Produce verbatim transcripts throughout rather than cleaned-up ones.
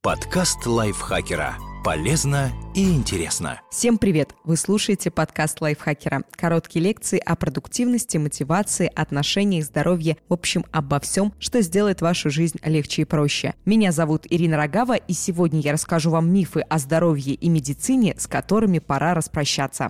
Подкаст лайфхакера. Полезно и интересно. Всем привет! Вы слушаете подкаст лайфхакера. Короткие лекции о продуктивности, мотивации, отношениях, здоровье, в общем, обо всем, что сделает вашу жизнь легче и проще. Меня зовут Ирина Рогава, и сегодня я расскажу вам мифы о здоровье и медицине, с которыми пора распрощаться.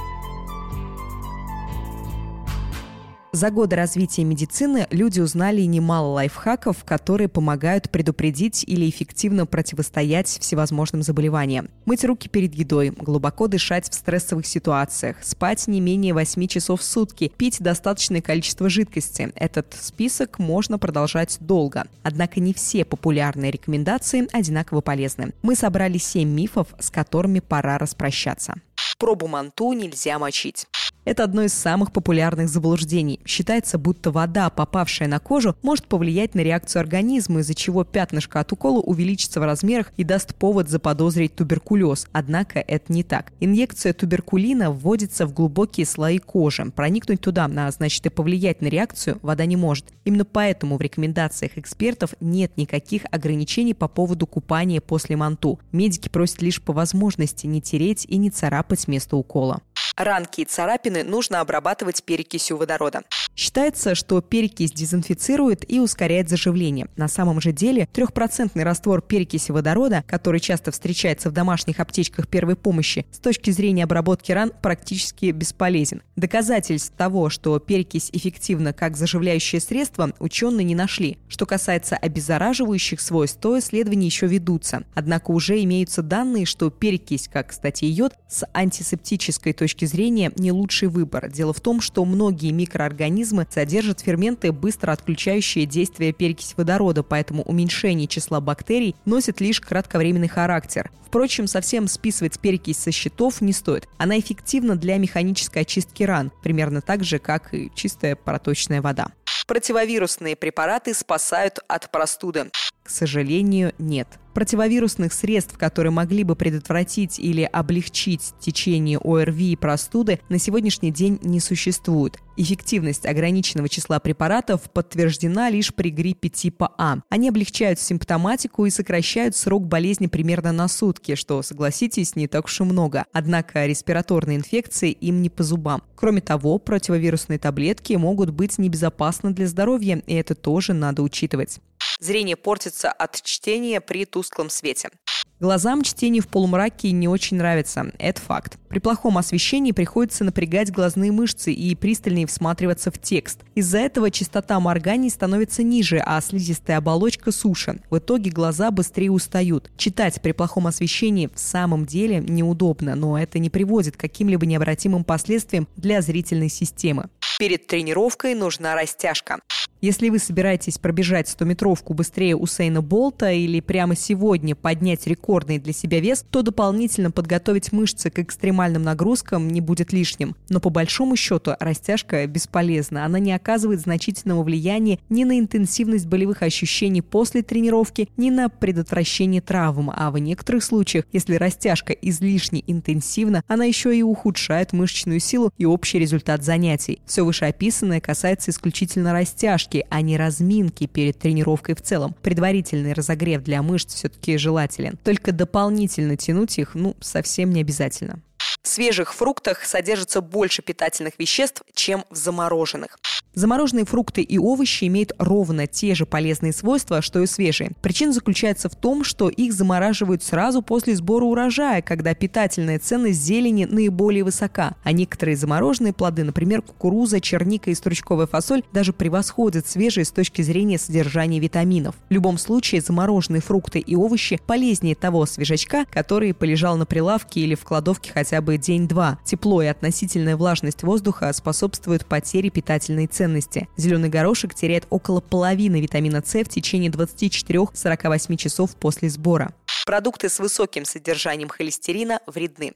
За годы развития медицины люди узнали немало лайфхаков, которые помогают предупредить или эффективно противостоять всевозможным заболеваниям. Мыть руки перед едой, глубоко дышать в стрессовых ситуациях, спать не менее восемь часов в сутки, пить достаточное количество жидкости. Этот список можно продолжать долго. Однако не все популярные рекомендации одинаково полезны. Мы собрали семь мифов, с которыми пора распрощаться. Пробу манту нельзя мочить. Это одно из самых популярных заблуждений. Считается, будто вода, попавшая на кожу, может повлиять на реакцию организма, из-за чего пятнышко от укола увеличится в размерах и даст повод заподозрить туберкулез. Однако это не так. Инъекция туберкулина вводится в глубокие слои кожи. Проникнуть туда, а значит и повлиять на реакцию, вода не может. Именно поэтому в рекомендациях экспертов нет никаких ограничений по поводу купания после манту. Медики просят лишь по возможности не тереть и не царапать место укола. Ранки и царапины нужно обрабатывать перекисью водорода. Считается, что перекись дезинфицирует и ускоряет заживление. На самом же деле трехпроцентный раствор перекиси водорода, который часто встречается в домашних аптечках первой помощи, с точки зрения обработки ран практически бесполезен. Доказательств того, что перекись эффективна как заживляющее средство, ученые не нашли. Что касается обеззараживающих свойств, то исследования еще ведутся. Однако уже имеются данные, что перекись, как, кстати, и йод, с антисептической точки зрения не лучший выбор. Дело в том, что многие микроорганизмы содержат ферменты, быстро отключающие действие перекиси водорода, поэтому уменьшение числа бактерий носит лишь кратковременный характер. Впрочем, совсем списывать перекись со счетов не стоит. Она эффективна для механической очистки ран, примерно так же, как и чистая проточная вода. Противовирусные препараты спасают от простуды. К сожалению, нет. Противовирусных средств, которые могли бы предотвратить или облегчить течение ОРВИ и простуды, на сегодняшний день не существует. Эффективность ограниченного числа препаратов подтверждена лишь при гриппе типа А. Они облегчают симптоматику и сокращают срок болезни примерно на сутки, что, согласитесь, не так уж и много. Однако респираторные инфекции им не по зубам. Кроме того, противовирусные таблетки могут быть небезопасны для здоровья, и это тоже надо учитывать. Зрение портится от чтения при тусклом свете. Глазам чтение в полумраке не очень нравится. Это факт. При плохом освещении приходится напрягать глазные мышцы и пристальнее всматриваться в текст. Из-за этого частота морганий становится ниже, а слизистая оболочка суше. В итоге глаза быстрее устают. Читать при плохом освещении в самом деле неудобно, но это не приводит к каким-либо необратимым последствиям для зрительной системы. Перед тренировкой нужна растяжка. Если вы собираетесь пробежать стометровку быстрее Усейна Болта или прямо сегодня поднять рекордный для себя вес, то дополнительно подготовить мышцы к экстремальным нагрузкам не будет лишним. Но по большому счету растяжка бесполезна. Она не оказывает значительного влияния ни на интенсивность болевых ощущений после тренировки, ни на предотвращение травм. А в некоторых случаях, если растяжка излишне интенсивна, она еще и ухудшает мышечную силу и общий результат занятий. Все вышеописанное касается исключительно растяжки, а не разминки перед тренировкой в целом. Предварительный разогрев для мышц все-таки желателен. Только дополнительно тянуть их, ну, совсем не обязательно. В свежих фруктах содержится больше питательных веществ, чем в замороженных. Замороженные фрукты и овощи имеют ровно те же полезные свойства, что и свежие. Причина заключается в том, что их замораживают сразу после сбора урожая, когда питательная ценность зелени наиболее высока. А некоторые замороженные плоды, например, кукуруза, черника и стручковая фасоль, даже превосходят свежие с точки зрения содержания витаминов. В любом случае, замороженные фрукты и овощи полезнее того свежачка, который полежал на прилавке или в кладовке хотя бы день-два. Тепло и относительная влажность воздуха способствуют потере питательной ценности. Зеленый горошек теряет около половины витамина С в течение двадцати четырёх - сорока восьми часов после сбора. Продукты с высоким содержанием холестерина вредны.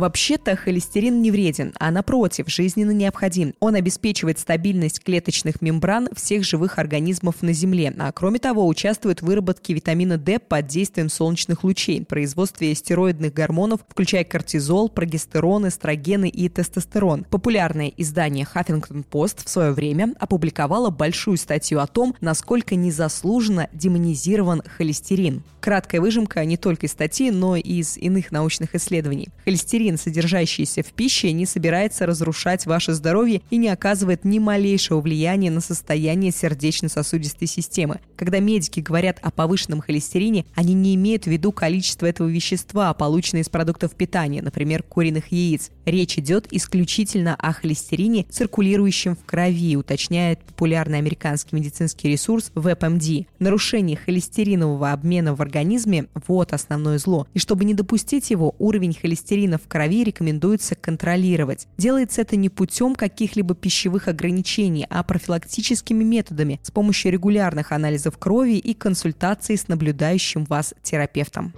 Вообще-то холестерин не вреден, а напротив, жизненно необходим. Он обеспечивает стабильность клеточных мембран всех живых организмов на Земле, а кроме того участвует в выработке витамина D под действием солнечных лучей, производстве стероидных гормонов, включая кортизол, прогестерон, эстрогены и тестостерон. Популярное издание Huffington Post в свое время опубликовало большую статью о том, насколько незаслуженно демонизирован холестерин. Краткая выжимка не только из статьи, но и из иных научных исследований. Холестерин, содержащийся в пище, не собирается разрушать ваше здоровье и не оказывает ни малейшего влияния на состояние сердечно-сосудистой системы. Когда медики говорят о повышенном холестерине, они не имеют в виду количество этого вещества, полученное из продуктов питания, например, куриных яиц. Речь идет исключительно о холестерине, циркулирующем в крови, уточняет популярный американский медицинский ресурс WebMD. Нарушение холестеринового обмена в организме – вот основное зло. И чтобы не допустить его, уровень холестерина в крови рекомендуется контролировать. Делается это не путем каких-либо пищевых ограничений, а профилактическими методами с помощью регулярных анализов крови и консультаций с наблюдающим вас терапевтом.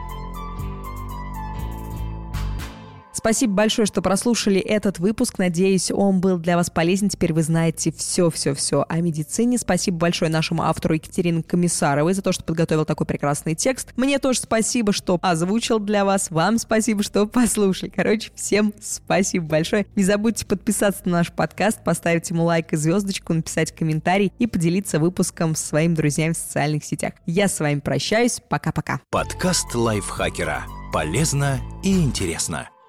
Спасибо большое, что прослушали этот выпуск. Надеюсь, он был для вас полезен. Теперь вы знаете все-все-все о медицине. Спасибо большое нашему автору Екатерине Комиссаровой за то, что подготовил такой прекрасный текст. Мне тоже спасибо, что озвучил для вас. Вам спасибо, что послушали. Короче, всем спасибо большое. Не забудьте подписаться на наш подкаст, поставить ему лайк и звездочку, написать комментарий и поделиться выпуском со своими друзьями в социальных сетях. Я с вами прощаюсь. Пока-пока. Подкаст лайфхакера. Полезно и интересно.